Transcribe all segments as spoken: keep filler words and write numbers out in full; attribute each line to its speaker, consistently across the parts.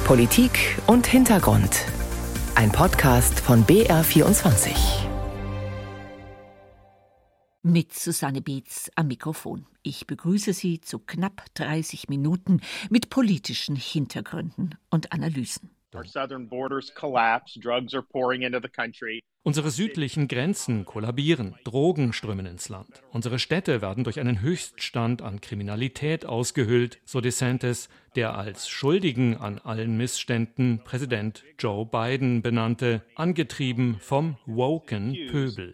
Speaker 1: Politik und Hintergrund. Ein Podcast von B R vierundzwanzig.
Speaker 2: Mit Susanne Beetz am Mikrofon. Ich begrüße Sie zu knapp dreißig Minuten mit politischen Hintergründen und Analysen.
Speaker 3: Unsere südlichen Grenzen kollabieren, Drogen strömen ins Land. Unsere Städte werden durch einen Höchststand an Kriminalität ausgehöhlt, so DeSantis, der als Schuldigen an allen Missständen Präsident Joe Biden benannte, angetrieben vom woken Pöbel.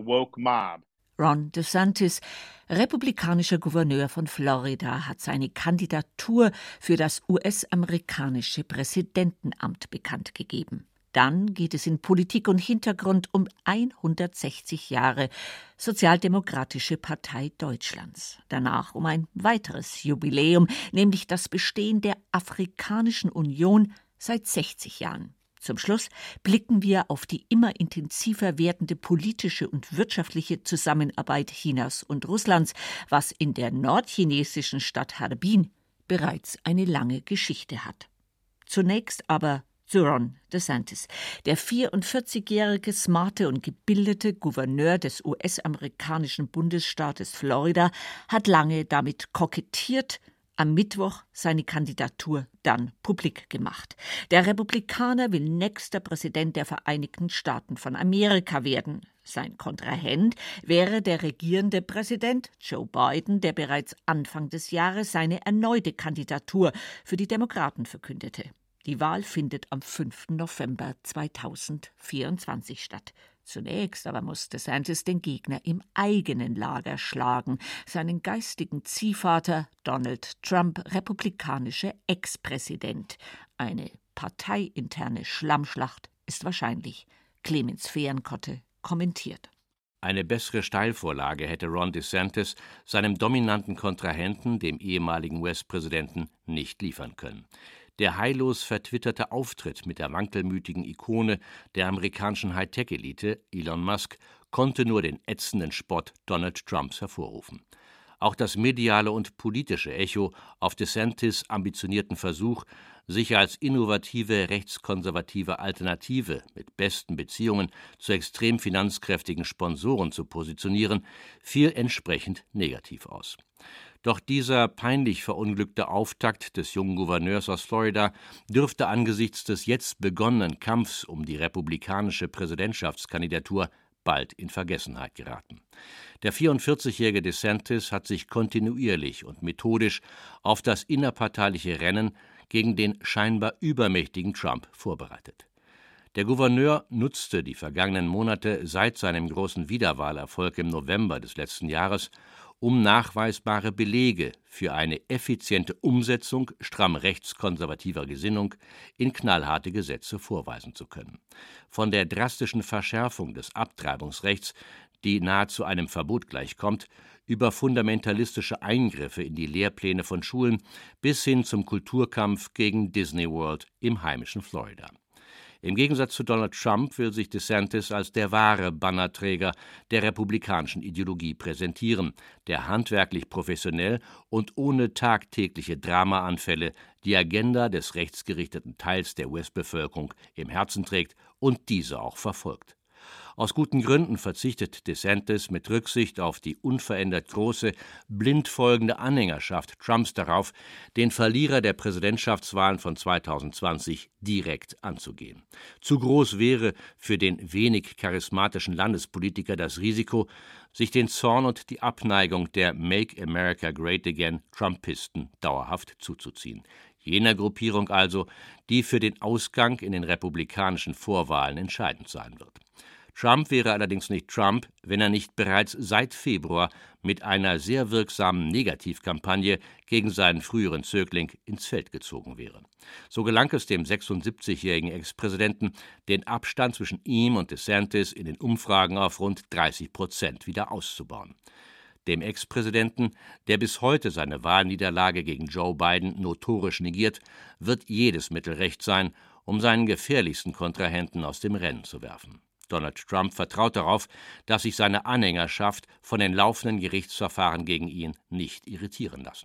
Speaker 2: Ron DeSantis, republikanischer Gouverneur von Florida, hat seine Kandidatur für das U S-amerikanische Präsidentenamt bekannt gegeben. Dann geht es in Politik und Hintergrund um hundertsechzig Jahre Sozialdemokratische Partei Deutschlands. Danach um ein weiteres Jubiläum, nämlich das Bestehen der Afrikanischen Union seit sechzig Jahren. Zum Schluss blicken wir auf die immer intensiver werdende politische und wirtschaftliche Zusammenarbeit Chinas und Russlands, was in der nordchinesischen Stadt Harbin bereits eine lange Geschichte hat. Zunächst aber zu Ron DeSantis. Der vierundvierzigjährige, smarte und gebildete Gouverneur des U S-amerikanischen Bundesstaates Florida hat lange damit kokettiert, am Mittwoch seine Kandidatur dann publik gemacht. Der Republikaner will nächster Präsident der Vereinigten Staaten von Amerika werden. Sein Kontrahent wäre der regierende Präsident Joe Biden, der bereits Anfang des Jahres seine erneute Kandidatur für die Demokraten verkündete. Die Wahl findet am fünften November zweitausendvierundzwanzig statt. Zunächst aber muss DeSantis den Gegner im eigenen Lager schlagen, seinen geistigen Ziehvater Donald Trump, republikanischer Ex-Präsident. Eine parteiinterne Schlammschlacht ist wahrscheinlich. Clemens Fehrenkotte kommentiert.
Speaker 4: Eine bessere Steilvorlage hätte Ron DeSantis seinem dominanten Kontrahenten, dem ehemaligen U S-Präsidenten, nicht liefern können. Der heillos vertwitterte Auftritt mit der wankelmütigen Ikone der amerikanischen Hightech-Elite, Elon Musk, konnte nur den ätzenden Spott Donald Trumps hervorrufen. Auch das mediale und politische Echo auf DeSantis' ambitionierten Versuch, sich als innovative rechtskonservative Alternative mit besten Beziehungen zu extrem finanzkräftigen Sponsoren zu positionieren, fiel entsprechend negativ aus. Doch dieser peinlich verunglückte Auftakt des jungen Gouverneurs aus Florida dürfte angesichts des jetzt begonnenen Kampfs um die republikanische Präsidentschaftskandidatur bald in Vergessenheit geraten. Der vierundvierzigjährige DeSantis hat sich kontinuierlich und methodisch auf das innerparteiliche Rennen gegen den scheinbar übermächtigen Trump vorbereitet. Der Gouverneur nutzte die vergangenen Monate seit seinem großen Wiederwahlerfolg im November des letzten Jahres, um nachweisbare Belege für eine effiziente Umsetzung stramm rechtskonservativer Gesinnung in knallharte Gesetze vorweisen zu können. Von der drastischen Verschärfung des Abtreibungsrechts, die nahezu einem Verbot gleichkommt, über fundamentalistische Eingriffe in die Lehrpläne von Schulen bis hin zum Kulturkampf gegen Disney World im heimischen Florida. Im Gegensatz zu Donald Trump will sich DeSantis als der wahre Bannerträger der republikanischen Ideologie präsentieren, der handwerklich professionell und ohne tagtägliche Dramaanfälle die Agenda des rechtsgerichteten Teils der U S-Bevölkerung im Herzen trägt und diese auch verfolgt. Aus guten Gründen verzichtet DeSantis mit Rücksicht auf die unverändert große, blind folgende Anhängerschaft Trumps darauf, den Verlierer der Präsidentschaftswahlen von zweitausendzwanzig direkt anzugehen. Zu groß wäre für den wenig charismatischen Landespolitiker das Risiko, sich den Zorn und die Abneigung der Make America Great Again Trumpisten dauerhaft zuzuziehen. Jener Gruppierung also, die für den Ausgang in den republikanischen Vorwahlen entscheidend sein wird. Trump wäre allerdings nicht Trump, wenn er nicht bereits seit Februar mit einer sehr wirksamen Negativkampagne gegen seinen früheren Zögling ins Feld gezogen wäre. So gelang es dem sechsundsiebzigjährigen Ex-Präsidenten, den Abstand zwischen ihm und DeSantis in den Umfragen auf rund dreißig Prozent wieder auszubauen. Dem Ex-Präsidenten, der bis heute seine Wahlniederlage gegen Joe Biden notorisch negiert, wird jedes Mittel recht sein, um seinen gefährlichsten Kontrahenten aus dem Rennen zu werfen. Donald Trump vertraut darauf, dass sich seine Anhängerschaft von den laufenden Gerichtsverfahren gegen ihn nicht irritieren lassen wird.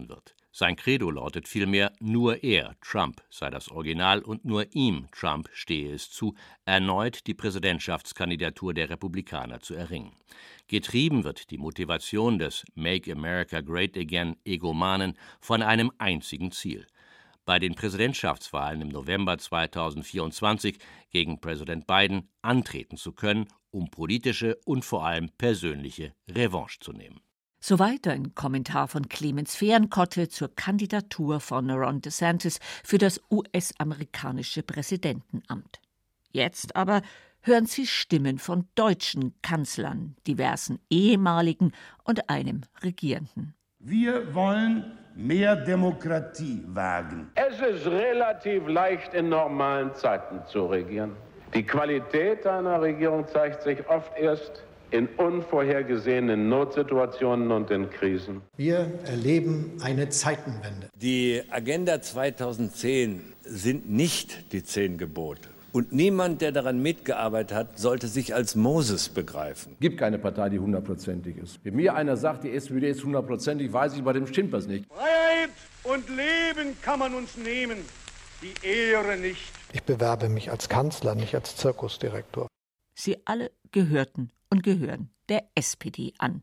Speaker 4: Sein Credo lautet vielmehr, nur er, Trump, sei das Original und nur ihm, Trump, stehe es zu, erneut die Präsidentschaftskandidatur der Republikaner zu erringen. Getrieben wird die Motivation des Make America Great Again Egomanen von einem einzigen Ziel: bei den Präsidentschaftswahlen im November zweitausendvierundzwanzig gegen Präsident Biden antreten zu können, um politische und vor allem persönliche Revanche zu nehmen.
Speaker 2: Soweit ein Kommentar von Clemens Fehrenkotte zur Kandidatur von Ron DeSantis für das U S-amerikanische Präsidentenamt. Jetzt aber hören Sie Stimmen von deutschen Kanzlern, diversen ehemaligen und einem Regierenden.
Speaker 5: Wir wollen mehr Demokratie wagen.
Speaker 6: Es ist relativ leicht, in normalen Zeiten zu regieren. Die Qualität einer Regierung zeigt sich oft erst in unvorhergesehenen Notsituationen und in Krisen.
Speaker 7: Wir erleben eine Zeitenwende.
Speaker 8: Die Agenda zweitausendzehn sind nicht die zehn Gebote. Und niemand, der daran mitgearbeitet hat, sollte sich als Moses begreifen.
Speaker 9: Es gibt keine Partei, die hundertprozentig ist. Wenn mir einer sagt, die S P D ist hundertprozentig, weiß ich, bei dem stimmt was nicht.
Speaker 10: Freiheit und Leben kann man uns nehmen, die Ehre nicht.
Speaker 7: Ich bewerbe mich als Kanzler, nicht als Zirkusdirektor.
Speaker 2: Sie alle gehörten und gehören der S P D an.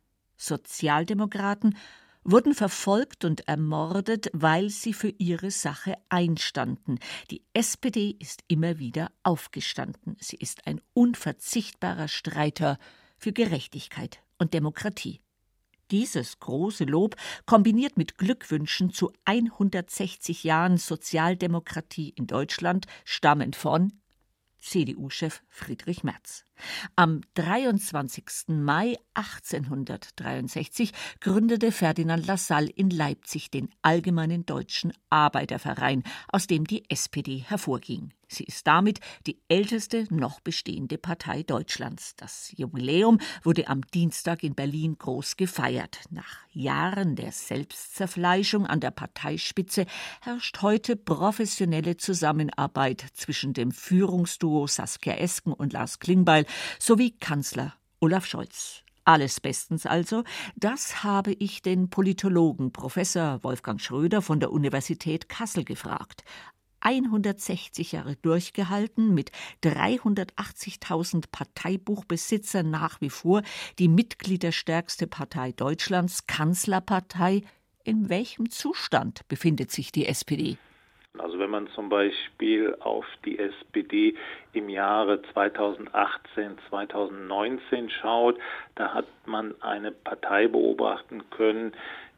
Speaker 2: Sozialdemokraten wurden verfolgt und ermordet, weil sie für ihre Sache einstanden. Die S P D ist immer wieder aufgestanden. Sie ist ein unverzichtbarer Streiter für Gerechtigkeit und Demokratie. Dieses große Lob, kombiniert mit Glückwünschen zu hundertsechzig Jahren Sozialdemokratie in Deutschland, stammen von C D U-Chef Friedrich Merz. Am dreiundzwanzigsten Mai achtzehnhundertdreiundsechzig gründete Ferdinand Lassalle in Leipzig den Allgemeinen Deutschen Arbeiterverein, aus dem die S P D hervorging. Sie ist damit die älteste noch bestehende Partei Deutschlands. Das Jubiläum wurde am Dienstag in Berlin groß gefeiert. Nach Jahren der Selbstzerfleischung an der Parteispitze herrscht heute professionelle Zusammenarbeit zwischen dem Führungsduo Saskia Esken und Lars Klingbeil sowie Kanzler Olaf Scholz. Alles bestens also. Das habe ich den Politologen Professor Wolfgang Schröder von der Universität Kassel gefragt. hundertsechzig Jahre durchgehalten, mit dreihundertachtzigtausend Parteibuchbesitzern nach wie vor die mitgliederstärkste Partei Deutschlands, Kanzlerpartei. In welchem Zustand befindet sich die S P D?
Speaker 11: Also wenn man zum Beispiel auf die S P D im Jahre zweitausendachtzehn, zweitausendneunzehn schaut, da hat man eine Partei beobachten können,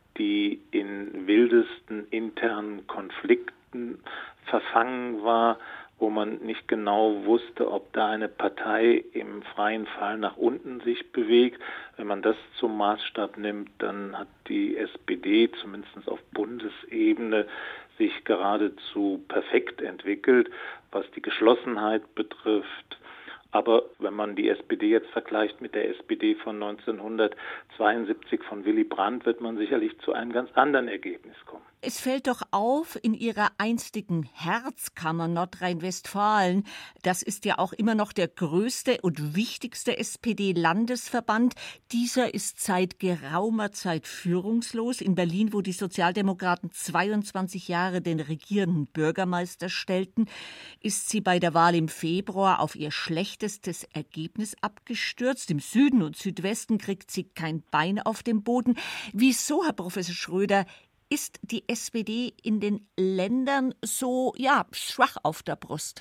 Speaker 11: die in wildesten internen Konflikten verfangen war, wo man nicht genau wusste, ob da eine Partei im freien Fall nach unten sich bewegt. Wenn man das zum Maßstab nimmt, dann hat die S P D zumindest auf Bundesebene sich geradezu perfekt entwickelt, was die Geschlossenheit betrifft. Aber wenn man die S P D jetzt vergleicht mit der S P D von neunzehnhundertzweiundsiebzig von Willy Brandt, wird man sicherlich zu einem ganz anderen Ergebnis kommen.
Speaker 2: Es fällt doch auf, in Ihrer einstigen Herzkammer Nordrhein-Westfalen, das ist ja auch immer noch der größte und wichtigste S P D-Landesverband. Dieser ist seit geraumer Zeit führungslos. In Berlin, wo die Sozialdemokraten zweiundzwanzig Jahre den regierenden Bürgermeister stellten, ist sie bei der Wahl im Februar auf ihr schlechtestes Ergebnis abgestürzt. Im Süden und Südwesten kriegt sie kein Bein auf den Boden. Wieso, Herr Professor Schröder, ist die S P D in den Ländern so, ja, schwach auf der Brust?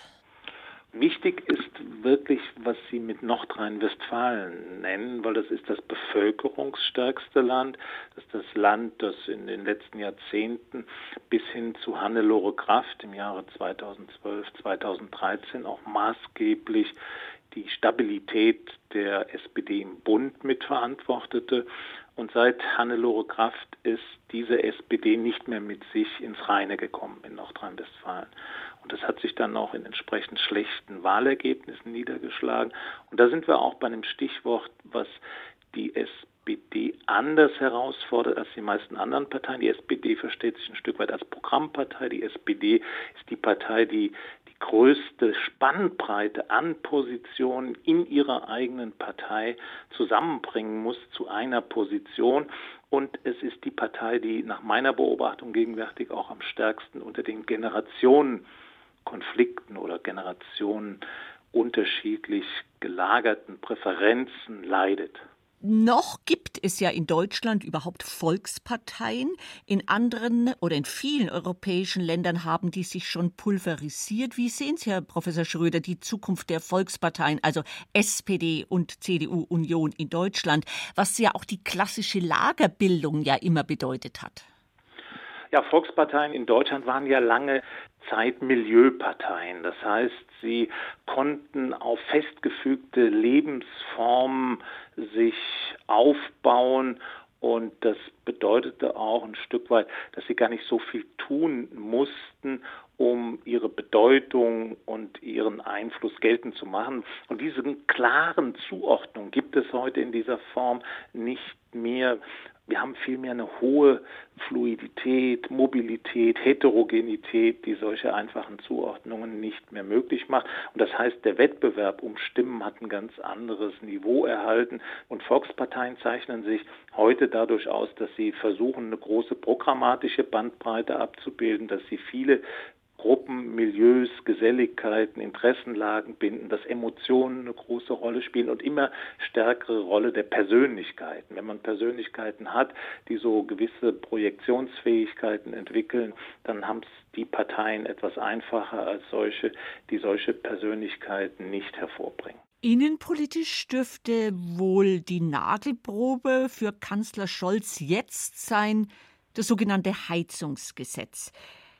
Speaker 11: Wichtig ist wirklich, was Sie mit Nordrhein-Westfalen nennen, weil das ist das bevölkerungsstärkste Land. Das ist das Land, das in den letzten Jahrzehnten bis hin zu Hannelore Kraft im Jahre zweitausendzwölf, zweitausenddreizehn auch maßgeblich die Stabilität der S P D im Bund mitverantwortete. Und seit Hannelore Kraft ist diese S P D nicht mehr mit sich ins Reine gekommen in Nordrhein-Westfalen. Und das hat sich dann auch in entsprechend schlechten Wahlergebnissen niedergeschlagen. Und da sind wir auch bei einem Stichwort, was die S P D anders herausfordert als die meisten anderen Parteien. Die S P D versteht sich ein Stück weit als Programmpartei. Die S P D ist die Partei, die die größte Spannbreite an Positionen in ihrer eigenen Partei zusammenbringen muss zu einer Position. Und es ist die Partei, die nach meiner Beobachtung gegenwärtig auch am stärksten unter den Generationenkonflikten oder Generationen unterschiedlich gelagerten Präferenzen leidet.
Speaker 2: Noch gibt es ja in Deutschland überhaupt Volksparteien. In anderen oder in vielen europäischen Ländern haben die sich schon pulverisiert. Wie sehen Sie, Herr Professor Schröder, die Zukunft der Volksparteien, also S P D und C D U-Union in Deutschland, was ja auch die klassische Lagerbildung ja immer bedeutet hat?
Speaker 11: Ja, Volksparteien in Deutschland waren ja lange Zeit Milieuparteien. Das heißt, sie konnten auf festgefügte Lebensformen sich aufbauen und das bedeutete auch ein Stück weit, dass sie gar nicht so viel tun mussten, um ihre Bedeutung und ihren Einfluss geltend zu machen. Und diese klaren Zuordnungen gibt es heute in dieser Form nicht mehr. Wir haben vielmehr eine hohe Fluidität, Mobilität, Heterogenität, die solche einfachen Zuordnungen nicht mehr möglich macht. Und das heißt, der Wettbewerb um Stimmen hat ein ganz anderes Niveau erhalten. Und Volksparteien zeichnen sich heute dadurch aus, dass sie versuchen, eine große programmatische Bandbreite abzubilden, dass sie viele Gruppen, Milieus, Geselligkeiten, Interessenlagen binden, dass Emotionen eine große Rolle spielen und immer stärkere Rolle der Persönlichkeiten. Wenn man Persönlichkeiten hat, die so gewisse Projektionsfähigkeiten entwickeln, dann haben es die Parteien etwas einfacher als solche, die solche Persönlichkeiten nicht hervorbringen.
Speaker 2: Innenpolitisch dürfte wohl die Nagelprobe für Kanzler Scholz jetzt sein, das sogenannte Heizungsgesetz.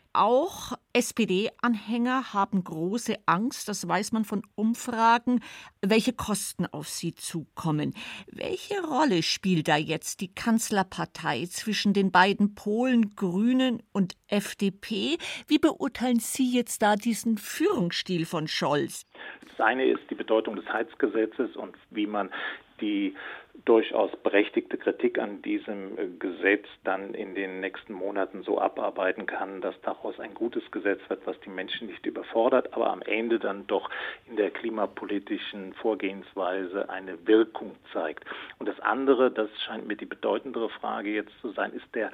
Speaker 2: Auch S P D-Anhänger haben große Angst, das weiß man von Umfragen, welche Kosten auf sie zukommen. Welche Rolle spielt da jetzt die Kanzlerpartei zwischen den beiden Polen, Grünen und F D P? Wie beurteilen Sie jetzt da diesen Führungsstil von Scholz?
Speaker 11: Das eine ist die Bedeutung des Heizgesetzes und wie man die durchaus berechtigte Kritik an diesem Gesetz dann in den nächsten Monaten so abarbeiten kann, dass daraus ein gutes Gesetz wird, was die Menschen nicht überfordert, aber am Ende dann doch in der klimapolitischen Vorgehensweise eine Wirkung zeigt. Und das andere, das scheint mir die bedeutendere Frage jetzt zu sein, ist der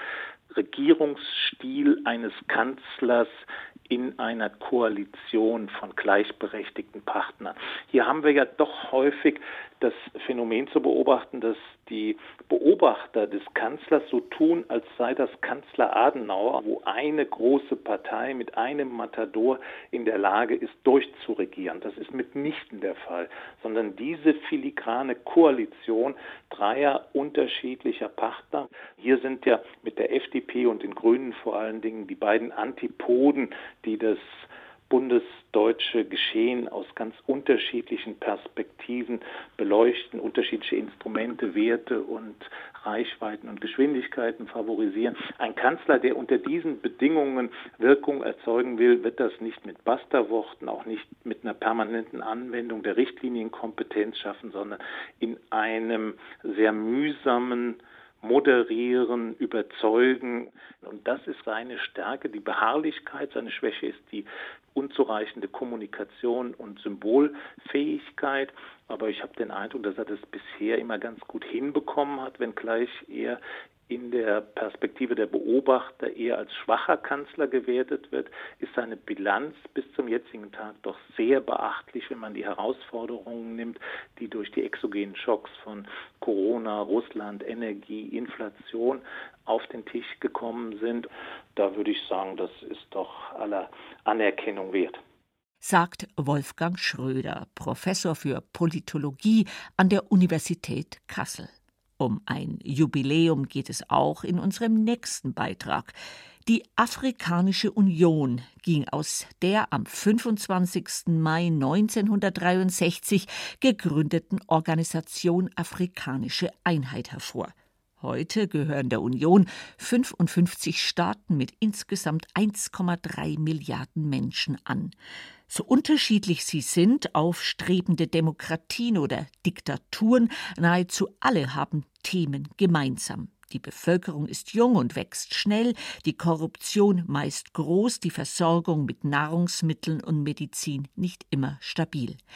Speaker 11: Regierungsstil eines Kanzlers in einer Koalition von gleichberechtigten Partnern. Hier haben wir ja doch häufig das Phänomen zu beobachten, dass die Beobachter des Kanzlers so tun, als sei das Kanzler Adenauer, wo eine große Partei mit einem Matador in der Lage ist, durchzuregieren. Das ist mitnichten der Fall, sondern diese filigrane Koalition dreier unterschiedlicher Partner. Hier sind ja mit der F D P und den Grünen vor allen Dingen die beiden Antipoden, die das bundesdeutsche Geschehen aus ganz unterschiedlichen Perspektiven beleuchten, unterschiedliche Instrumente, Werte und Reichweiten und Geschwindigkeiten favorisieren. Ein Kanzler, der unter diesen Bedingungen Wirkung erzeugen will, wird das nicht mit Basterworten, auch nicht mit einer permanenten Anwendung der Richtlinienkompetenz schaffen, sondern in einem sehr mühsamen Moderieren, überzeugen. Und das ist seine Stärke, die Beharrlichkeit. Seine Schwäche ist die unzureichende Kommunikation und Symbolfähigkeit. Aber ich habe den Eindruck, dass er das bisher immer ganz gut hinbekommen hat, wenngleich er in der Perspektive der Beobachter eher als schwacher Kanzler gewertet wird, ist seine Bilanz bis zum jetzigen Tag doch sehr beachtlich, wenn man die Herausforderungen nimmt, die durch die exogenen Schocks von Corona, Russland, Energie, Inflation auf den Tisch gekommen sind. Da würde ich sagen, das ist doch aller Anerkennung wert.
Speaker 2: Sagt Wolfgang Schröder, Professor für Politologie an der Universität Kassel. Um ein Jubiläum geht es auch in unserem nächsten Beitrag. Die Afrikanische Union ging aus der am fünfundzwanzigsten Mai neunzehnhundertdreiundsechzig gegründeten Organisation Afrikanische Einheit hervor. Heute gehören der Union fünfundfünfzig Staaten mit insgesamt eins Komma drei Milliarden Menschen an. So unterschiedlich sie sind, aufstrebende Demokratien oder Diktaturen, nahezu alle haben Themen gemeinsam. Die Bevölkerung ist jung und wächst schnell, die Korruption meist groß, die Versorgung mit Nahrungsmitteln und Medizin nicht immer stabil.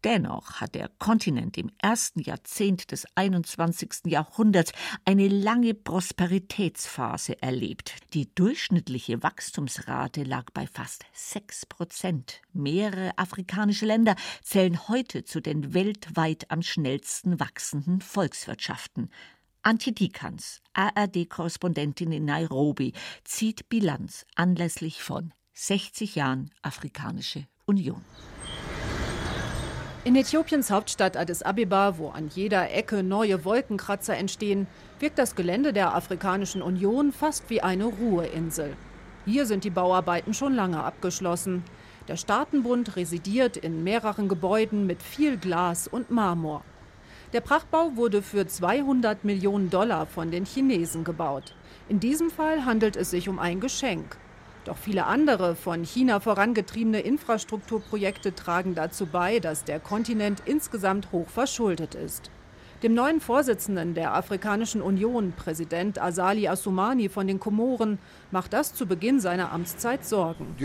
Speaker 2: Dennoch hat der Kontinent im ersten Jahrzehnt des einundzwanzigsten Jahrhunderts eine lange Prosperitätsphase erlebt. Die durchschnittliche Wachstumsrate lag bei fast sechs Prozent. Mehrere afrikanische Länder zählen heute zu den weltweit am schnellsten wachsenden Volkswirtschaften. Antje Dikans, A R D-Korrespondentin in Nairobi, zieht Bilanz anlässlich von sechzig Jahren Afrikanische Union.
Speaker 12: In Äthiopiens Hauptstadt Addis Abeba, wo an jeder Ecke neue Wolkenkratzer entstehen, wirkt das Gelände der Afrikanischen Union fast wie eine Ruheinsel. Hier sind die Bauarbeiten schon lange abgeschlossen. Der Staatenbund residiert in mehreren Gebäuden mit viel Glas und Marmor. Der Prachtbau wurde für zweihundert Millionen Dollar von den Chinesen gebaut. In diesem Fall handelt es sich um ein Geschenk. Doch viele andere von China vorangetriebene Infrastrukturprojekte tragen dazu bei, dass der Kontinent insgesamt hoch verschuldet ist. Dem neuen Vorsitzenden der Afrikanischen Union, Präsident Azali Assoumani von den Komoren, macht das zu Beginn seiner Amtszeit Sorgen.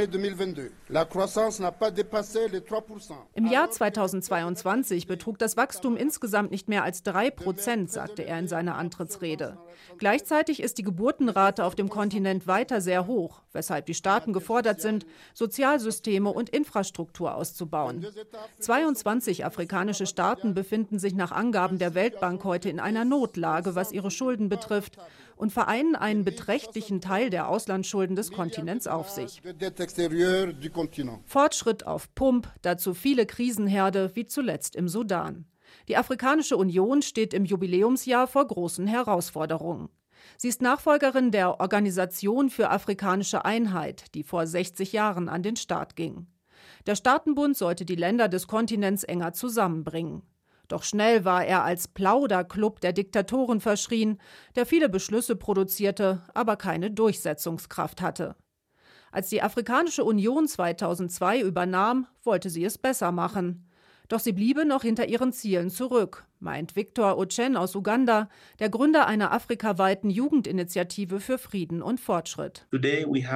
Speaker 12: Im Jahr zweitausendzweiundzwanzig betrug das Wachstum insgesamt nicht mehr als drei Prozent, sagte er in seiner Antrittsrede. Gleichzeitig ist die Geburtenrate auf dem Kontinent weiter sehr hoch, weshalb die Staaten gefordert sind, Sozialsysteme und Infrastruktur auszubauen. zweiundzwanzig afrikanische Staaten befinden sich nach Angaben der Weltbank heute in einer Notlage, was ihre Schulden betrifft, und vereinen einen beträchtlichen Teil der Auslandsschulden des Kontinents auf sich. Fortschritt auf Pump, dazu viele Krisenherde, wie zuletzt im Sudan. Die Afrikanische Union steht im Jubiläumsjahr vor großen Herausforderungen. Sie ist Nachfolgerin der Organisation für afrikanische Einheit, die vor sechzig Jahren an den Start ging. Der Staatenbund sollte die Länder des Kontinents enger zusammenbringen. Doch schnell war er als Plauderclub der Diktatoren verschrien, der viele Beschlüsse produzierte, aber keine Durchsetzungskraft hatte. Als die Afrikanische Union zweitausendzwei übernahm, wollte sie es besser machen. Doch sie bliebe noch hinter ihren Zielen zurück, meint Victor Ochen aus Uganda, der Gründer einer afrikaweiten Jugendinitiative für Frieden und Fortschritt. Wir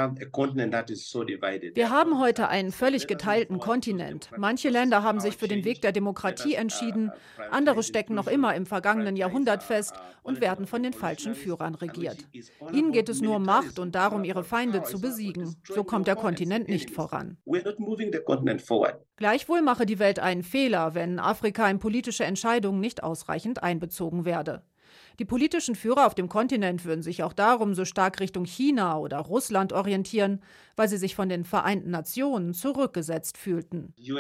Speaker 12: haben heute einen völlig geteilten Kontinent. Manche Länder haben sich für den Weg der Demokratie entschieden, andere stecken noch immer im vergangenen Jahrhundert fest und werden von den falschen Führern regiert. Ihnen geht es nur um Macht und darum, ihre Feinde zu besiegen. So kommt der Kontinent nicht voran. Gleichwohl mache die Welt einen Fehler, wenn Afrika in politische Entscheidungen nicht ausreichend einbezogen werde. Die politischen Führer auf dem Kontinent würden sich auch darum so stark Richtung China oder Russland orientieren, weil sie sich von den Vereinten Nationen zurückgesetzt fühlten. Die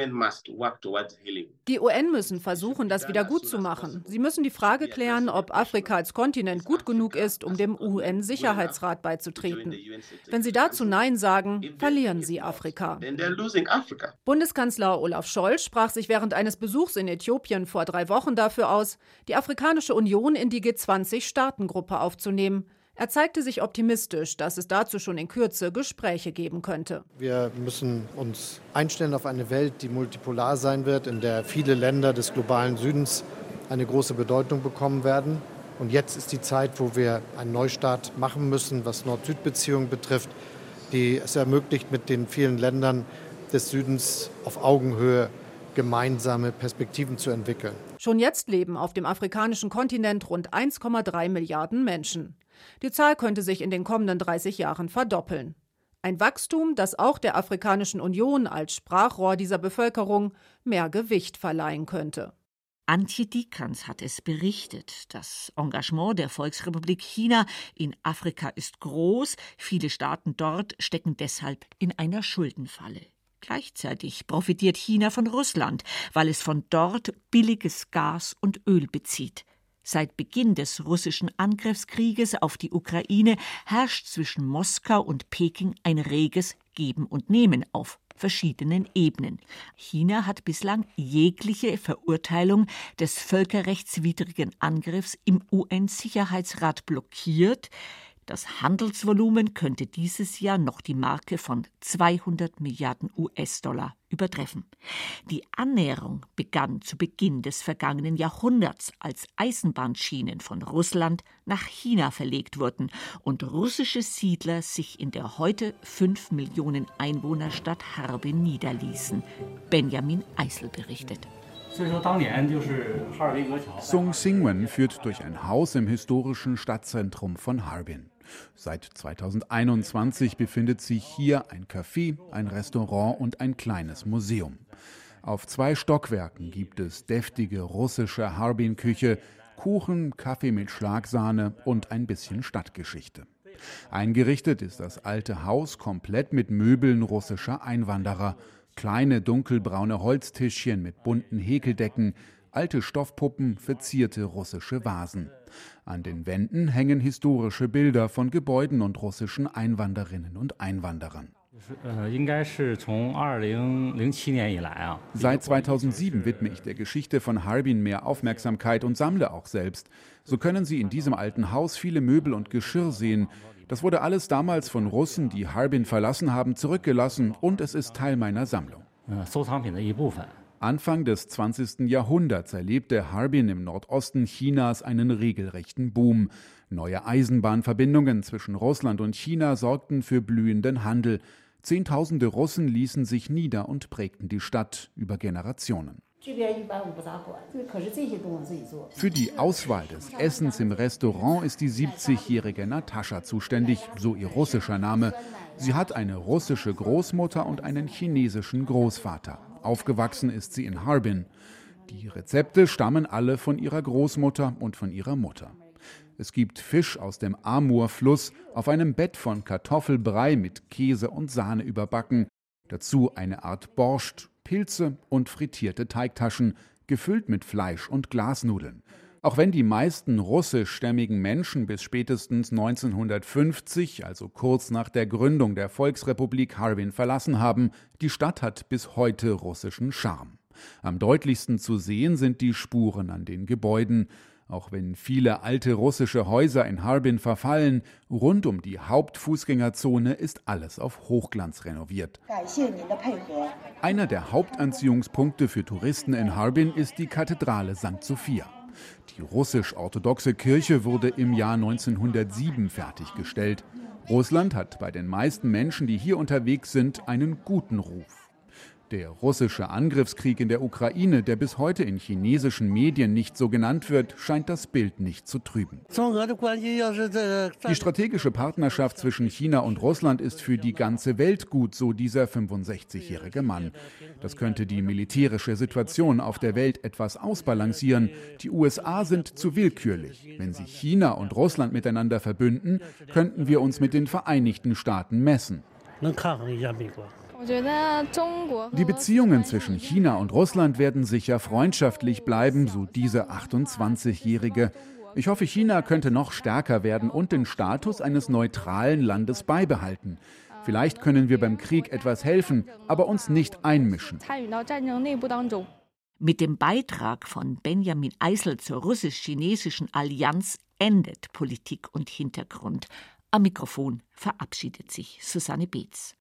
Speaker 12: U N müssen versuchen, das wieder gut zu machen. Sie müssen die Frage klären, ob Afrika als Kontinent gut genug ist, um dem U N-Sicherheitsrat beizutreten. Wenn sie dazu Nein sagen, verlieren sie Afrika. Bundeskanzler Olaf Scholz sprach sich während eines Besuchs in Äthiopien vor drei Wochen dafür aus, die Afrikanische Union in die G zwanzig-Staatengruppe aufzunehmen. Er zeigte sich optimistisch, dass es dazu schon in Kürze Gespräche geben könnte.
Speaker 7: Wir müssen uns einstellen auf eine Welt, die multipolar sein wird, in der viele Länder des globalen Südens eine große Bedeutung bekommen werden. Und jetzt ist die Zeit, wo wir einen Neustart machen müssen, was Nord-Süd-Beziehungen betrifft, die es ermöglicht, mit den vielen Ländern des Südens auf Augenhöhe gemeinsame Perspektiven zu entwickeln.
Speaker 12: Schon jetzt leben auf dem afrikanischen Kontinent rund eins Komma drei Milliarden Menschen. Die Zahl könnte sich in den kommenden dreißig Jahren verdoppeln. Ein Wachstum, das auch der Afrikanischen Union als Sprachrohr dieser Bevölkerung mehr Gewicht verleihen könnte.
Speaker 2: Antje Dikans hat es berichtet. Das Engagement der Volksrepublik China in Afrika ist groß. Viele Staaten dort stecken deshalb in einer Schuldenfalle. Gleichzeitig profitiert China von Russland, weil es von dort billiges Gas und Öl bezieht. Seit Beginn des russischen Angriffskrieges auf die Ukraine herrscht zwischen Moskau und Peking ein reges Geben und Nehmen auf verschiedenen Ebenen. China hat bislang jegliche Verurteilung des völkerrechtswidrigen Angriffs im U N-Sicherheitsrat blockiert. Das Handelsvolumen könnte dieses Jahr noch die Marke von zweihundert Milliarden U S-Dollar übertreffen. Die Annäherung begann zu Beginn des vergangenen Jahrhunderts, als Eisenbahnschienen von Russland nach China verlegt wurden und russische Siedler sich in der heute fünf Millionen Einwohnerstadt Harbin niederließen. Benjamin Eisel berichtet.
Speaker 13: Sung Singwen führt durch ein Haus im historischen Stadtzentrum von Harbin. Seit zweitausendeinundzwanzig befindet sich hier ein Café, ein Restaurant und ein kleines Museum. Auf zwei Stockwerken gibt es deftige russische Harbin-Küche, Kuchen, Kaffee mit Schlagsahne und ein bisschen Stadtgeschichte. Eingerichtet ist das alte Haus komplett mit Möbeln russischer Einwanderer. Kleine dunkelbraune Holztischchen mit bunten Häkeldecken, alte Stoffpuppen, verzierte russische Vasen. An den Wänden hängen historische Bilder von Gebäuden und russischen Einwanderinnen und Einwanderern. Seit zweitausendsieben widme ich der Geschichte von Harbin mehr Aufmerksamkeit und sammle auch selbst. So können Sie in diesem alten Haus viele Möbel und Geschirr sehen. Das wurde alles damals von Russen, die Harbin verlassen haben, zurückgelassen und es ist Teil meiner Sammlung. Anfang des zwanzigsten Jahrhunderts erlebte Harbin im Nordosten Chinas einen regelrechten Boom. Neue Eisenbahnverbindungen zwischen Russland und China sorgten für blühenden Handel. Zehntausende Russen ließen sich nieder und prägten die Stadt über Generationen. Für die Auswahl des Essens im Restaurant ist die siebzigjährige Natascha zuständig, so ihr russischer Name. Sie hat eine russische Großmutter und einen chinesischen Großvater. Aufgewachsen ist sie in Harbin. Die Rezepte stammen alle von ihrer Großmutter und von ihrer Mutter. Es gibt Fisch aus dem Amur-Fluss auf einem Bett von Kartoffelbrei mit Käse und Sahne überbacken. Dazu eine Art Borscht, Pilze und frittierte Teigtaschen, gefüllt mit Fleisch und Glasnudeln. Auch wenn die meisten russischstämmigen Menschen bis spätestens neunzehnhundertfünfzig, also kurz nach der Gründung der Volksrepublik Harbin, verlassen haben, die Stadt hat bis heute russischen Charme. Am deutlichsten zu sehen sind die Spuren an den Gebäuden. Auch wenn viele alte russische Häuser in Harbin verfallen, rund um die Hauptfußgängerzone ist alles auf Hochglanz renoviert. Einer der Hauptanziehungspunkte für Touristen in Harbin ist die Kathedrale Sankt Sophia. Die russisch-orthodoxe Kirche wurde im Jahr neunzehnhundertsieben fertiggestellt. Russland hat bei den meisten Menschen, die hier unterwegs sind, einen guten Ruf. Der russische Angriffskrieg in der Ukraine, der bis heute in chinesischen Medien nicht so genannt wird, scheint das Bild nicht zu trüben. Die strategische Partnerschaft zwischen China und Russland ist für die ganze Welt gut, so dieser fünfundsechzigjährige Mann. Das könnte die militärische Situation auf der Welt etwas ausbalancieren. Die U S A sind zu willkürlich. Wenn sich China und Russland miteinander verbünden, könnten wir uns mit den Vereinigten Staaten messen. Die Beziehungen zwischen China und Russland werden sicher freundschaftlich bleiben, so dieser achtundzwanzigjährige. Ich hoffe, China könnte noch stärker werden und den Status eines neutralen Landes beibehalten. Vielleicht können wir beim Krieg etwas helfen, aber uns nicht einmischen.
Speaker 2: Mit dem Beitrag von Benjamin Eisel zur russisch-chinesischen Allianz endet Politik und Hintergrund. Am Mikrofon verabschiedet sich Susanne Beetz.